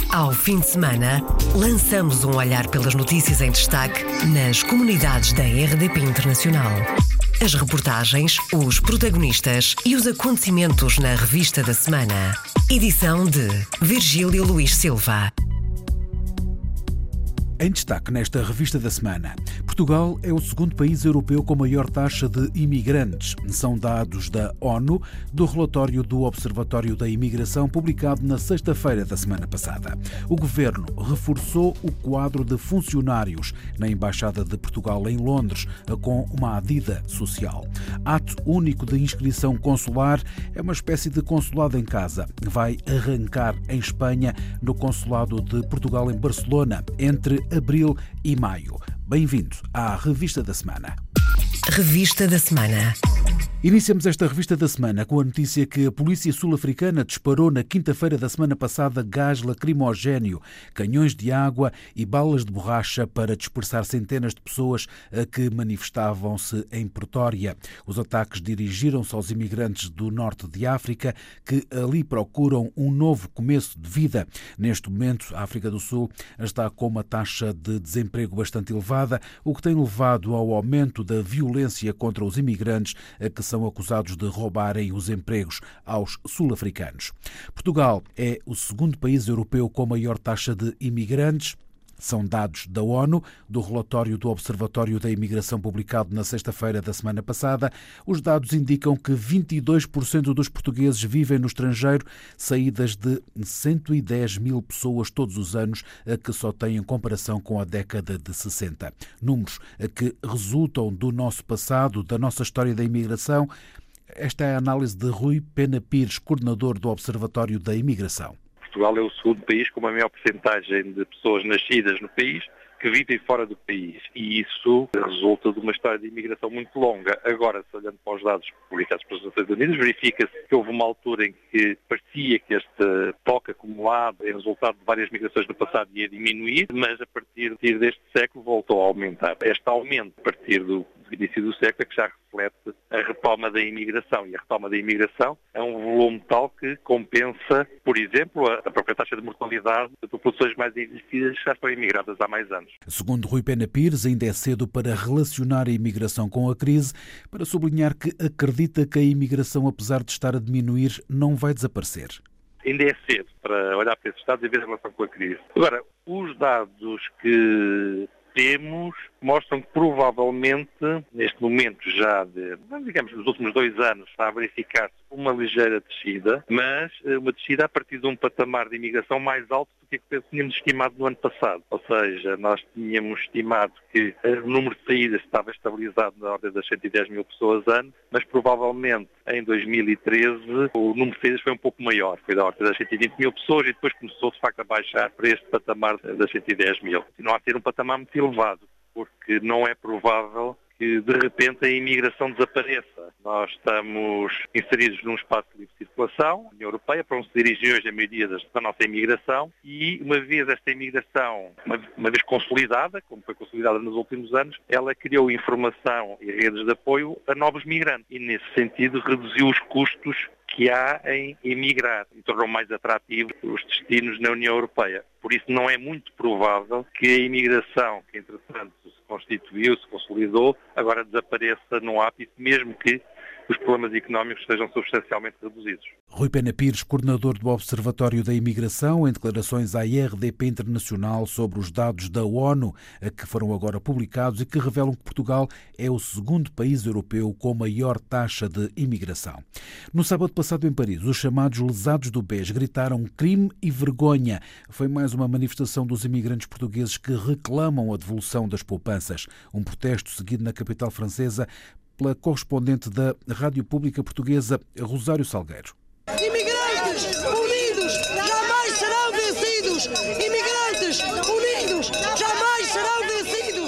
Ao fim de semana, lançamos um olhar pelas notícias em destaque nas comunidades da RDP Internacional. As reportagens, os protagonistas e os acontecimentos na revista da semana. Edição de Virgílio Luís Silva. Em destaque nesta revista da semana, Portugal é o segundo país europeu com maior taxa de imigrantes. São dados da ONU, do relatório do Observatório da Imigração, publicado na sexta-feira da semana passada. O Governo reforçou o quadro de funcionários na Embaixada de Portugal em Londres, com uma adida social. Ato único de inscrição consular é uma espécie de consulado em casa. Vai arrancar em Espanha, no Consulado de Portugal em Barcelona, entre abril e maio. Bem-vindo à Revista da Semana. Revista da Semana. Iniciamos esta revista da semana com a notícia que a polícia sul-africana disparou na quinta-feira da semana passada gás lacrimogéneo, canhões de água e balas de borracha para dispersar centenas de pessoas que manifestavam-se em Pretória. Os ataques dirigiram-se aos imigrantes do norte de África que ali procuram um novo começo de vida. Neste momento, a África do Sul está com uma taxa de desemprego bastante elevada, o que tem levado ao aumento da violência contra os imigrantes que são acusados de roubarem os empregos aos sul-africanos. Portugal é o segundo país europeu com maior taxa de imigrantes. São dados da ONU, do relatório do Observatório da Imigração publicado na sexta-feira da semana passada. Os dados indicam que 22% dos portugueses vivem no estrangeiro, saídas de 110 mil pessoas todos os anos, que só têm em comparação com a década de 60. Números que resultam do nosso passado, da nossa história da imigração. Esta é a análise de Rui Pena Pires, coordenador do Observatório da Imigração. Portugal é o segundo país com a maior percentagem de pessoas nascidas no país que vivem fora do país. E isso resulta de uma história de imigração muito longa. Agora, se olhando para os dados publicados pelas Nações Unidas, verifica-se que houve uma altura em que parecia que este toque acumulado em resultado de várias migrações no passado ia diminuir, mas a partir deste século voltou a aumentar. Este aumento, a partir do início do século, é que já reflete a retoma da imigração. E a retoma da imigração é um volume tal que compensa, por exemplo, a própria taxa de mortalidade de populações mais envelhecidas que já estão imigradas há mais anos. Segundo Rui Pena Pires, ainda é cedo para relacionar a imigração com a crise, para sublinhar que acredita que a imigração, apesar de estar a diminuir, não vai desaparecer. Ainda é cedo para olhar para esses dados e ver a relação com a crise. Agora, os dados que temos mostram que provavelmente, neste momento já digamos, nos últimos 2 anos, está a verificar-se uma ligeira descida, mas uma descida a partir de um patamar de imigração mais alto do que tínhamos estimado no ano passado. Ou seja, nós tínhamos estimado que o número de saídas estava estabilizado na ordem das 110 mil pessoas ano, mas provavelmente em 2013 o número de saídas foi um pouco maior, foi da ordem das 120 mil pessoas e depois começou de facto a baixar para este patamar das 110 mil. Continua a ser um patamar muito elevado, porque não é provável que de repente a imigração desapareça. Nós estamos inseridos num espaço de livre circulação, a União Europeia, para onde se dirige hoje a maioria da nossa imigração, e uma vez esta imigração, uma vez consolidada, como foi consolidada nos últimos anos, ela criou informação e redes de apoio a novos migrantes e, nesse sentido, reduziu os custos que há em emigrar e tornou mais atrativos os destinos na União Europeia. Por isso não é muito provável que a imigração, que entretanto se constituiu, se consolidou, agora desapareça no ápice, mesmo que os problemas económicos sejam substancialmente reduzidos. Rui Pena Pires, coordenador do Observatório da Imigração, em declarações à RDP Internacional sobre os dados da ONU que foram agora publicados e que revelam que Portugal é o segundo país europeu com maior taxa de imigração. No sábado passado em Paris, os chamados lesados do BES gritaram crime e vergonha. Foi mais uma manifestação dos imigrantes portugueses que reclamam a devolução das poupanças. Um protesto seguido na capital francesa pela correspondente da Rádio Pública Portuguesa, Rosário Salgueiro. Imigrantes unidos jamais serão vencidos! Imigrantes unidos jamais serão vencidos!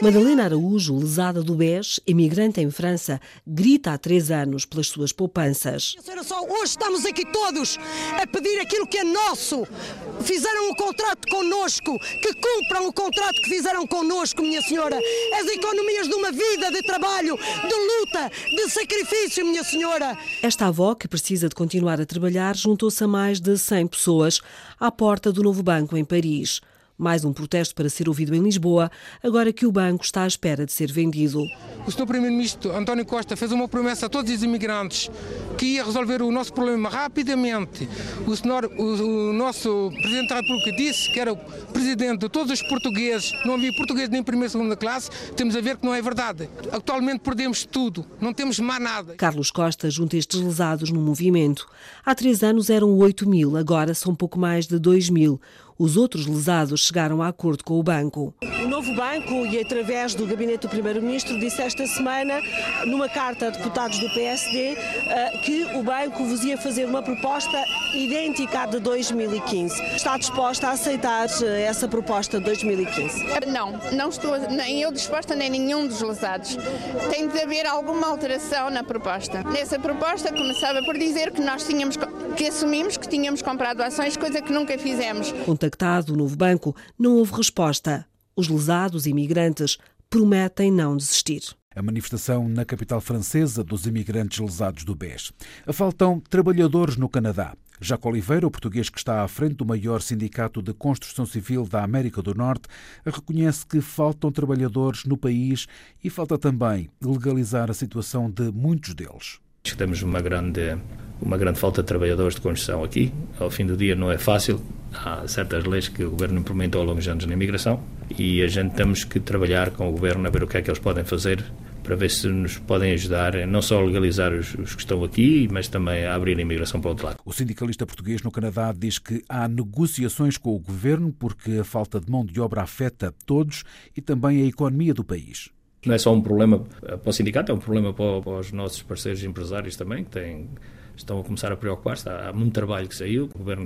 Madalena Araújo, lesada do BES, imigrante em França, grita há 3 anos pelas suas poupanças. Hoje estamos aqui todos a pedir aquilo que é nosso. Fizeram um contrato connosco, que cumpram o contrato que fizeram connosco, minha senhora. As economias de uma vida de trabalho, de luta, de sacrifício, minha senhora. Esta avó, que precisa de continuar a trabalhar, juntou-se a mais de 100 pessoas à porta do novo banco em Paris. Mais um protesto para ser ouvido em Lisboa, agora que o banco está à espera de ser vendido. O Sr. Primeiro-Ministro António Costa fez uma promessa a todos os imigrantes que ia resolver o nosso problema rapidamente. O nosso Presidente da República disse que era o Presidente de todos os portugueses, não havia português nem primeira e segunda classe. Temos a ver que não é verdade. Atualmente perdemos tudo, não temos mais nada. Carlos Costa junta estes lesados no movimento. Há 3 anos eram 8.000, agora são pouco mais de 2.000. Os outros lesados chegaram a acordo com o banco. O novo banco, e através do gabinete do Primeiro-Ministro, disse esta semana, numa carta a deputados do PSD, que o banco vos ia fazer uma proposta idêntica à de 2015. Está disposta a aceitar essa proposta de 2015? Não estou nem eu disposta, nem nenhum dos lesados. Tem de haver alguma alteração na proposta. Nessa proposta começava por dizer que nós assumimos que tínhamos comprado ações, coisa que nunca fizemos. Contactado o novo banco, não houve resposta. Os lesados imigrantes prometem não desistir. A manifestação na capital francesa dos imigrantes lesados do BES. Faltam trabalhadores no Canadá. Jaco Oliveira, o português que está à frente do maior sindicato de construção civil da América do Norte, reconhece que faltam trabalhadores no país e falta também legalizar a situação de muitos deles. Temos uma grande falta de trabalhadores de construção aqui. Ao fim do dia não é fácil. Há certas leis que o Governo implementou ao longo dos anos na imigração e a gente temos que trabalhar com o Governo a ver o que é que eles podem fazer para ver se nos podem ajudar não só a legalizar os que estão aqui, mas também a abrir a imigração para o outro lado. O sindicalista português no Canadá diz que há negociações com o Governo porque a falta de mão de obra afeta todos e também a economia do país. Não é só um problema para o sindicato, é um problema para os nossos parceiros empresários também, que estão a começar a preocupar-se. Há muito trabalho que saiu, o Governo,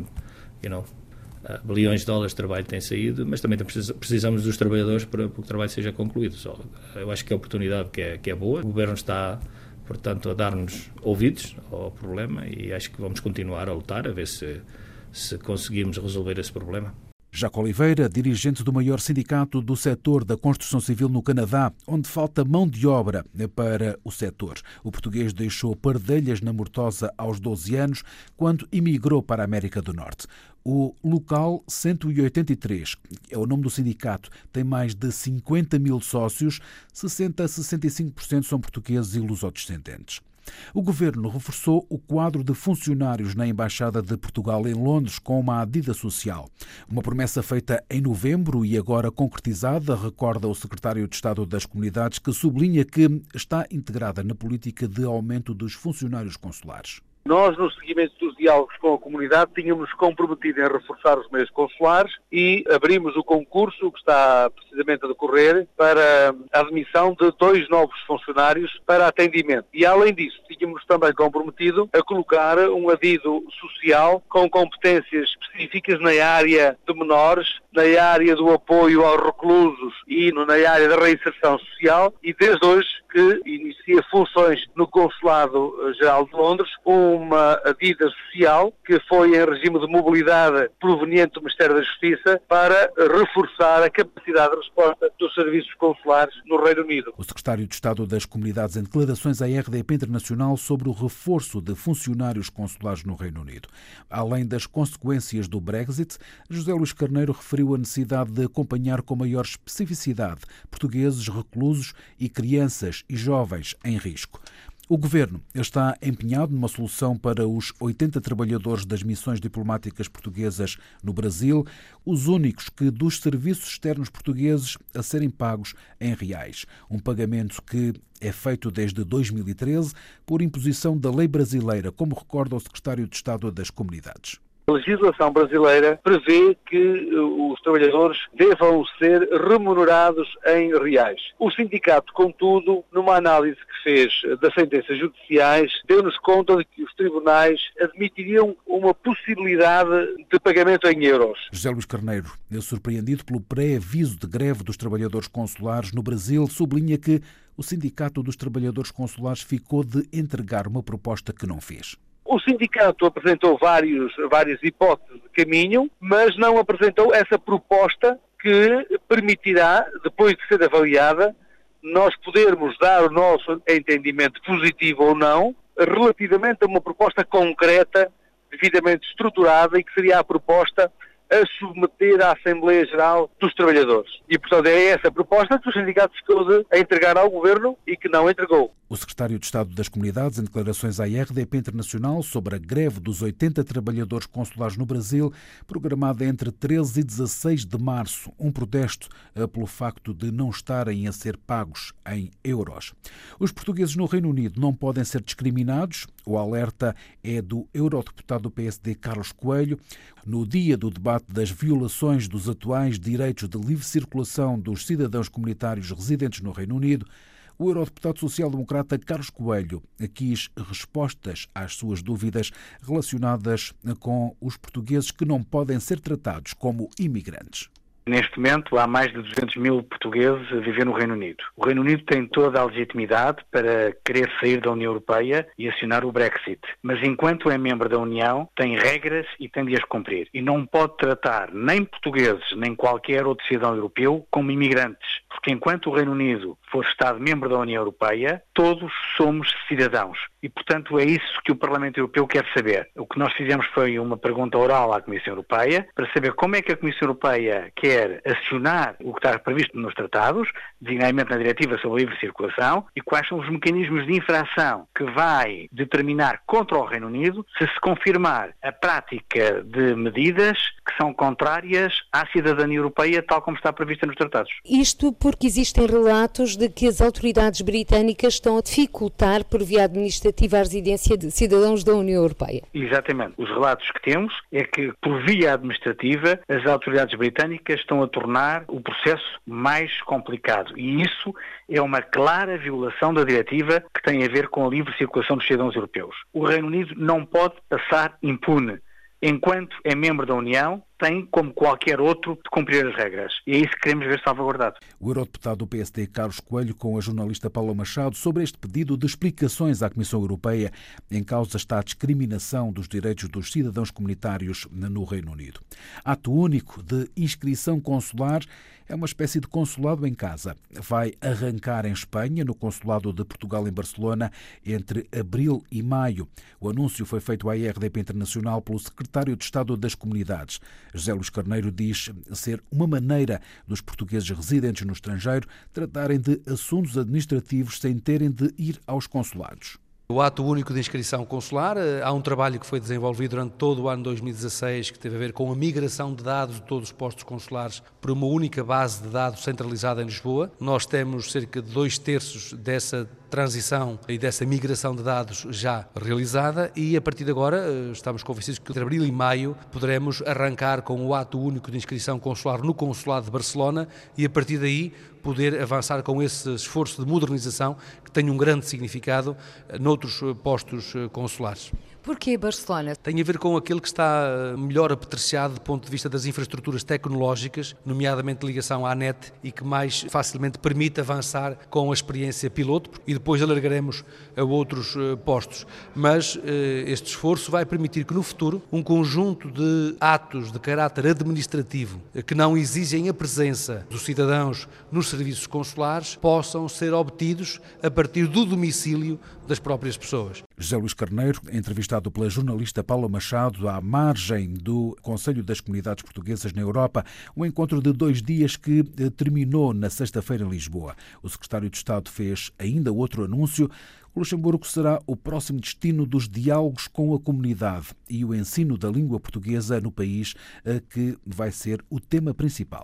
bilhões de dólares de trabalho tem saído, mas também precisamos dos trabalhadores para que o trabalho seja concluído. Eu acho que a oportunidade que é boa, o Governo está, portanto, a dar-nos ouvidos ao problema e acho que vamos continuar a lutar, a ver se conseguimos resolver esse problema. Jaco Oliveira, dirigente do maior sindicato do setor da construção civil no Canadá, onde falta mão de obra para o setor. O português deixou Pardelhas na Mortosa aos 12 anos, quando emigrou para a América do Norte. O local 183 é o nome do sindicato, tem mais de 50.000 sócios, 60% a 65% são portugueses e lusodescendentes. O Governo reforçou o quadro de funcionários na Embaixada de Portugal em Londres com uma adida social. Uma promessa feita em novembro e agora concretizada, recorda o Secretário de Estado das Comunidades, que sublinha que está integrada na política de aumento dos funcionários consulares. Nós, no seguimento dos diálogos com a comunidade, tínhamos comprometido em reforçar os meios consulares e abrimos o concurso que está precisamente a decorrer para a admissão de 2 novos funcionários para atendimento. E, além disso, tínhamos também comprometido a colocar um adido social com competências específicas na área de menores, na área do apoio aos reclusos e na área da reinserção social, e desde hoje que inicia funções no Consulado-Geral de Londres, uma adida social que foi em regime de mobilidade proveniente do Ministério da Justiça para reforçar a capacidade de resposta dos serviços consulares no Reino Unido. O Secretário de Estado das Comunidades, em declarações à RDP Internacional sobre o reforço de funcionários consulares no Reino Unido. Além das consequências do Brexit, José Luís Carneiro referiu a necessidade de acompanhar com maior especificidade portugueses, reclusos e crianças e jovens em risco. O Governo está empenhado numa solução para os 80 trabalhadores das missões diplomáticas portuguesas no Brasil, os únicos que dos serviços externos portugueses a serem pagos em reais. Um pagamento que é feito desde 2013 por imposição da lei brasileira, como recorda o Secretário de Estado das Comunidades. A legislação brasileira prevê que os trabalhadores devam ser remunerados em reais. O sindicato, contudo, numa análise que fez das sentenças judiciais, deu-nos conta de que os tribunais admitiriam uma possibilidade de pagamento em euros. José Luís Carneiro, surpreendido pelo pré-aviso de greve dos trabalhadores consulares no Brasil, sublinha que o Sindicato dos Trabalhadores Consulares ficou de entregar uma proposta que não fez. O sindicato apresentou várias hipóteses de caminho, mas não apresentou essa proposta que permitirá, depois de ser avaliada, nós podermos dar o nosso entendimento positivo ou não, relativamente a uma proposta concreta, devidamente estruturada, e que seria a proposta a submeter à Assembleia Geral dos Trabalhadores. E, portanto, é essa proposta que o sindicato ficou de entregar ao Governo e que não entregou. O secretário de Estado das Comunidades, em declarações à RDP Internacional sobre a greve dos 80 trabalhadores consulares no Brasil, programada entre 13 e 16 de março, um protesto pelo facto de não estarem a ser pagos em euros. Os portugueses no Reino Unido não podem ser discriminados. O alerta é do eurodeputado do PSD Carlos Coelho. No dia do debate das violações dos atuais direitos de livre circulação dos cidadãos comunitários residentes no Reino Unido, o eurodeputado social-democrata Carlos Coelho quis respostas às suas dúvidas relacionadas com os portugueses que não podem ser tratados como imigrantes. Neste momento, há mais de 200 mil portugueses a viver no Reino Unido. O Reino Unido tem toda a legitimidade para querer sair da União Europeia e acionar o Brexit. Mas enquanto é membro da União, tem regras e tem de as cumprir. E não pode tratar nem portugueses, nem qualquer outro cidadão europeu como imigrantes. Porque enquanto o Reino Unido for Estado-membro da União Europeia, todos somos cidadãos. E, portanto, é isso que o Parlamento Europeu quer saber. O que nós fizemos foi uma pergunta oral à Comissão Europeia para saber como é que a Comissão Europeia quer acionar o que está previsto nos tratados, designadamente na Diretiva sobre a Livre Circulação, e quais são os mecanismos de infração que vai determinar contra o Reino Unido se confirmar a prática de medidas que são contrárias à cidadania europeia, tal como está prevista nos tratados. Isto porque existem relatos de que as autoridades britânicas estão a dificultar, por via administrativa, a residência de cidadãos da União Europeia. Exatamente. Os relatos que temos é que, por via administrativa, as autoridades britânicas estão a tornar o processo mais complicado. E isso é uma clara violação da diretiva que tem a ver com a livre circulação dos cidadãos europeus. O Reino Unido não pode passar impune. Enquanto é membro da União, tem, como qualquer outro, de cumprir as regras. E é isso que queremos ver salvaguardado. O eurodeputado do PSD, Carlos Coelho, com a jornalista Paula Machado, sobre este pedido de explicações à Comissão Europeia. Em causa está a discriminação dos direitos dos cidadãos comunitários no Reino Unido. Ato único de inscrição consular é uma espécie de consulado em casa. Vai arrancar em Espanha, no Consulado de Portugal em Barcelona, entre abril e maio. O anúncio foi feito à RDP Internacional pelo secretário de Estado das Comunidades. José Luís Carneiro diz ser uma maneira dos portugueses residentes no estrangeiro tratarem de assuntos administrativos sem terem de ir aos consulados. O ato único de inscrição consular, há um trabalho que foi desenvolvido durante todo o ano 2016 que teve a ver com a migração de dados de todos os postos consulares para uma única base de dados centralizada em Lisboa. Nós temos cerca de 2/3 dessa transição e dessa migração de dados já realizada e a partir de agora estamos convencidos que entre abril e maio poderemos arrancar com o ato único de inscrição consular no Consulado de Barcelona e a partir daí poder avançar com esse esforço de modernização que tem um grande significado noutros postos consulares. Porquê Barcelona? Tem a ver com aquilo que está melhor apetrechado do ponto de vista das infraestruturas tecnológicas, nomeadamente ligação à net e que mais facilmente permite avançar com a experiência piloto e depois alargaremos a outros postos. Mas este esforço vai permitir que no futuro um conjunto de atos de caráter administrativo que não exigem a presença dos cidadãos nos serviços consulares possam ser obtidos a partir do domicílio das próprias pessoas. José Luís Carneiro, entrevistado pela jornalista Paula Machado, à margem do Conselho das Comunidades Portuguesas na Europa, um encontro de 2 dias que terminou na sexta-feira em Lisboa. O secretário de Estado fez ainda outro anúncio. O Luxemburgo será o próximo destino dos diálogos com a comunidade e o ensino da língua portuguesa no país, que vai ser o tema principal.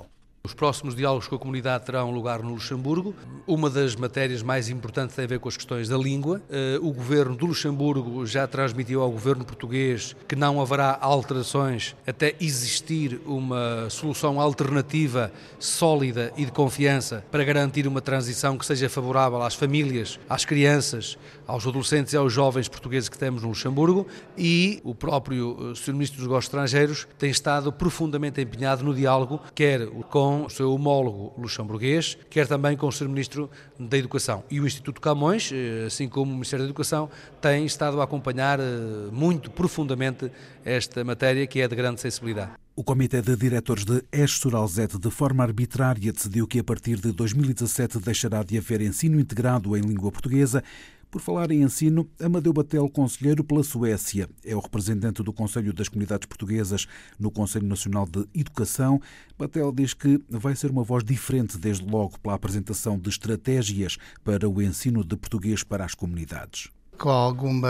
Os próximos diálogos com a comunidade terão lugar no Luxemburgo. Uma das matérias mais importantes tem a ver com as questões da língua. O governo do Luxemburgo já transmitiu ao governo português que não haverá alterações até existir uma solução alternativa, sólida e de confiança para garantir uma transição que seja favorável às famílias, às crianças, aos adolescentes e aos jovens portugueses que temos no Luxemburgo. E o próprio Sr. Ministro dos Negócios Estrangeiros tem estado profundamente empenhado no diálogo, quer com o seu homólogo luxemburguês, quer também com o Sr. Ministro da Educação. E o Instituto Camões, assim como o Ministério da Educação, tem estado a acompanhar muito profundamente esta matéria, que é de grande sensibilidade. O Comitê de Diretores de Esch-sur-Alzette, de forma arbitrária, decidiu que a partir de 2017 deixará de haver ensino integrado em língua portuguesa. Por falar em ensino, Amadeu Batel, conselheiro pela Suécia, é o representante do Conselho das Comunidades Portuguesas no Conselho Nacional de Educação. Batel diz que vai ser uma voz diferente desde logo pela apresentação de estratégias para o ensino de português para as comunidades. Com alguma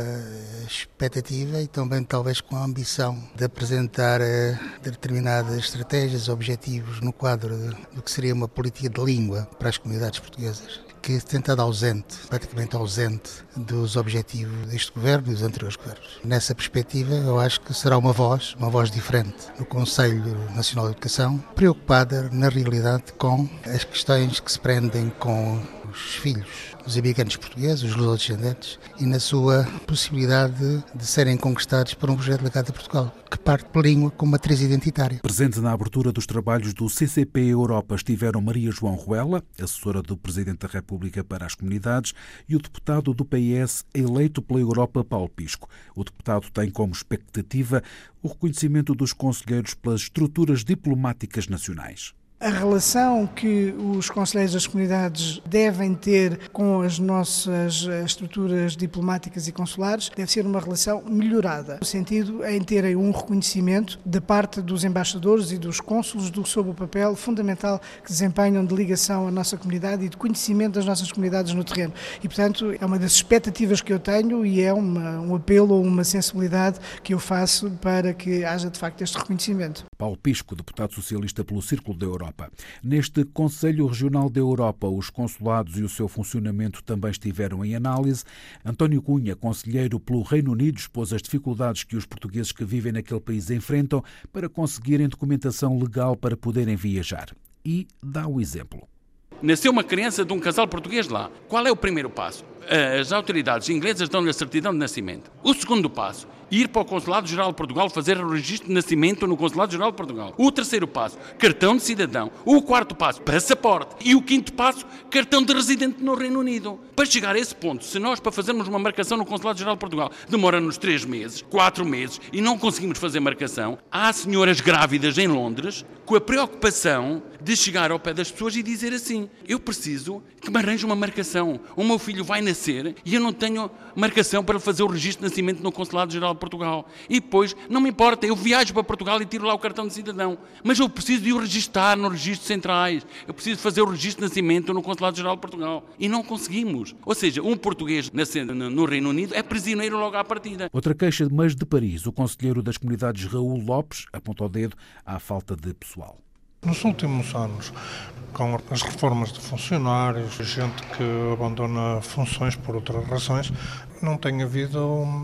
expectativa e também talvez com a ambição de apresentar determinadas estratégias, objetivos no quadro do que seria uma política de língua para as comunidades portuguesas, que tem estado praticamente ausente dos objetivos deste governo e dos anteriores governos. Nessa perspectiva, eu acho que será uma voz diferente no Conselho Nacional de Educação, preocupada, na realidade, com as questões que se prendem com os filhos dos imigrantes portugueses, os lusodescendentes, e na sua possibilidade de serem conquistados por um projeto legado a Portugal, que parte pela língua como matriz identitária. Presente na abertura dos trabalhos do CCP Europa estiveram Maria João Ruela, assessora do Presidente da República para as Comunidades, e o deputado do PS eleito pela Europa, Paulo Pisco. O deputado tem como expectativa o reconhecimento dos conselheiros pelas estruturas diplomáticas nacionais. A relação que os conselheiros das comunidades devem ter com as nossas estruturas diplomáticas e consulares deve ser uma relação melhorada, no sentido em terem um reconhecimento da parte dos embaixadores e dos cônsulos sobre o papel fundamental que desempenham de ligação à nossa comunidade e de conhecimento das nossas comunidades no terreno. E, portanto, é uma das expectativas que eu tenho e é um apelo ou uma sensibilidade que eu faço para que haja, de facto, este reconhecimento. Paulo Pisco, deputado socialista pelo Círculo da Europa. Neste Conselho Regional da Europa, os consulados e o seu funcionamento também estiveram em análise. António Cunha, conselheiro pelo Reino Unido, expôs as dificuldades que os portugueses que vivem naquele país enfrentam para conseguirem documentação legal para poderem viajar. E dá o exemplo. Nasceu uma criança de um casal português lá. Qual é o primeiro passo? As autoridades inglesas dão-lhe a certidão de nascimento. O segundo passo, ir para o Consulado-Geral de Portugal fazer o registro de nascimento no Consulado-Geral de Portugal. O terceiro passo, cartão de cidadão. O quarto passo, passaporte. E o quinto passo, cartão de residente no Reino Unido. Para chegar a esse ponto, se nós, para fazermos uma marcação no Consulado-Geral de Portugal, demora-nos 3 meses, 4 meses, e não conseguimos fazer marcação, há senhoras grávidas em Londres com a preocupação de chegar ao pé das pessoas e dizer assim: eu preciso que me arranje uma marcação. O meu filho vai nascer e eu não tenho marcação para fazer o registro de nascimento no Consulado-Geral de Portugal. E depois, não me importa, eu viajo para Portugal e tiro lá o cartão de cidadão. Mas eu preciso de o registar nos registros centrais. Eu preciso fazer o registro de nascimento no Consulado-Geral de Portugal. E não conseguimos. Ou seja, um português nascendo no Reino Unido é prisioneiro logo à partida. Outra queixa, mas de Paris. O conselheiro das comunidades, Raul Lopes, aponta o dedo à falta de pessoal. Nos últimos anos, com as reformas de funcionários, gente que abandona funções por outras razões, não tem havido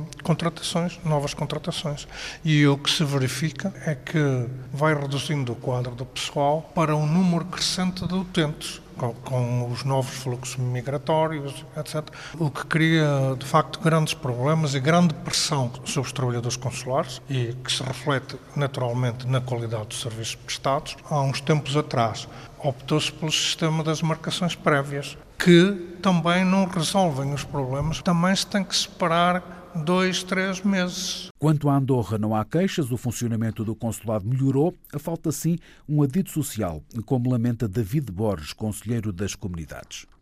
novas contratações. E o que se verifica é que vai reduzindo o quadro do pessoal para um número crescente de utentes, com os novos fluxos migratórios, etc. O que cria, de facto, grandes problemas e grande pressão sobre os trabalhadores consulares e que se reflete, naturalmente, na qualidade dos serviços prestados. Há uns tempos atrás, optou-se pelo sistema das marcações prévias, que também não resolvem os problemas. Também se tem que separar 2, 3 meses. Quanto a Andorra, não há queixas, o funcionamento do consulado melhorou, falta sim um adito social, como lamenta David Borges, conselheiro das comunidades.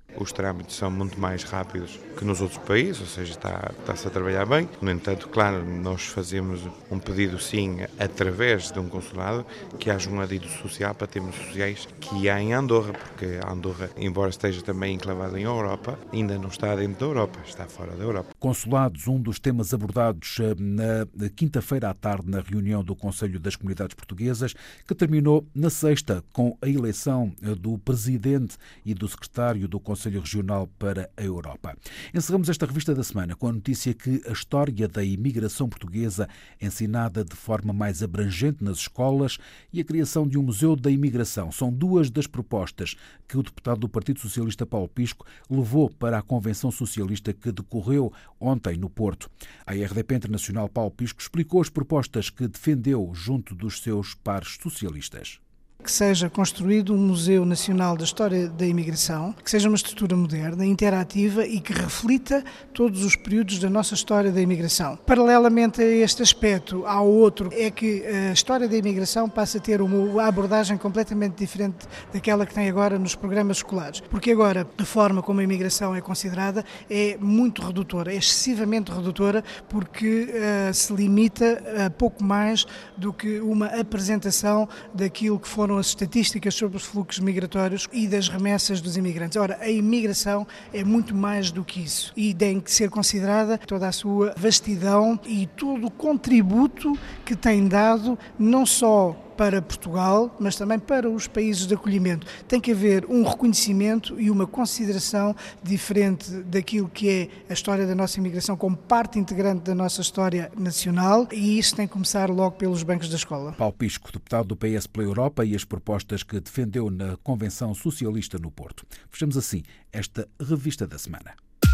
Os trâmites são muito mais rápidos que nos outros países, ou seja, está-se a trabalhar bem. No entanto, claro, nós fazemos um pedido sim através de um consulado que haja um adito social para termos sociais que há em Andorra, porque a Andorra, embora esteja também enclavada em Europa, ainda não está dentro da Europa, está fora da Europa. Consulados, um dos temas abordados na quinta-feira à tarde na reunião do Conselho das Comunidades Portuguesas, que terminou na sexta com a eleição do presidente e do secretário do Conselho Regional para a Europa. Encerramos esta revista da semana com a notícia que a história da imigração portuguesa ensinada de forma mais abrangente nas escolas e a criação de um museu da imigração são duas das propostas que o deputado do Partido Socialista Paulo Pisco levou para a Convenção Socialista que decorreu ontem no Porto. A RDP Internacional Paulo Pisco explicou as propostas que defendeu junto dos seus pares socialistas. Que seja construído um Museu Nacional da História da Imigração, que seja uma estrutura moderna, interativa e que reflita todos os períodos da nossa história da imigração. Paralelamente a este aspecto, há outro, é que a história da imigração passa a ter uma abordagem completamente diferente daquela que tem agora nos programas escolares, porque agora a forma como a imigração é considerada é muito redutora, é excessivamente redutora, porque se limita a pouco mais do que uma apresentação daquilo que foram as estatísticas sobre os fluxos migratórios e das remessas dos imigrantes. Ora, a imigração é muito mais do que isso e tem que ser considerada toda a sua vastidão e todo o contributo que tem dado não só para Portugal, mas também para os países de acolhimento. Tem que haver um reconhecimento e uma consideração diferente daquilo que é a história da nossa imigração como parte integrante da nossa história nacional, e isso tem que começar logo pelos bancos da escola. Paulo Pisco, deputado do PS pela Europa, e as propostas que defendeu na Convenção Socialista no Porto. Fechamos assim esta revista da semana.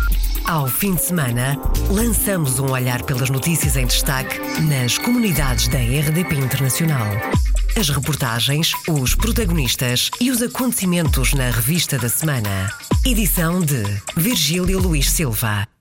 Ao fim de semana, lançamos um olhar pelas notícias em destaque nas comunidades da RDP Internacional. As reportagens, os protagonistas e os acontecimentos na revista da semana. Edição de Virgílio Luís Silva.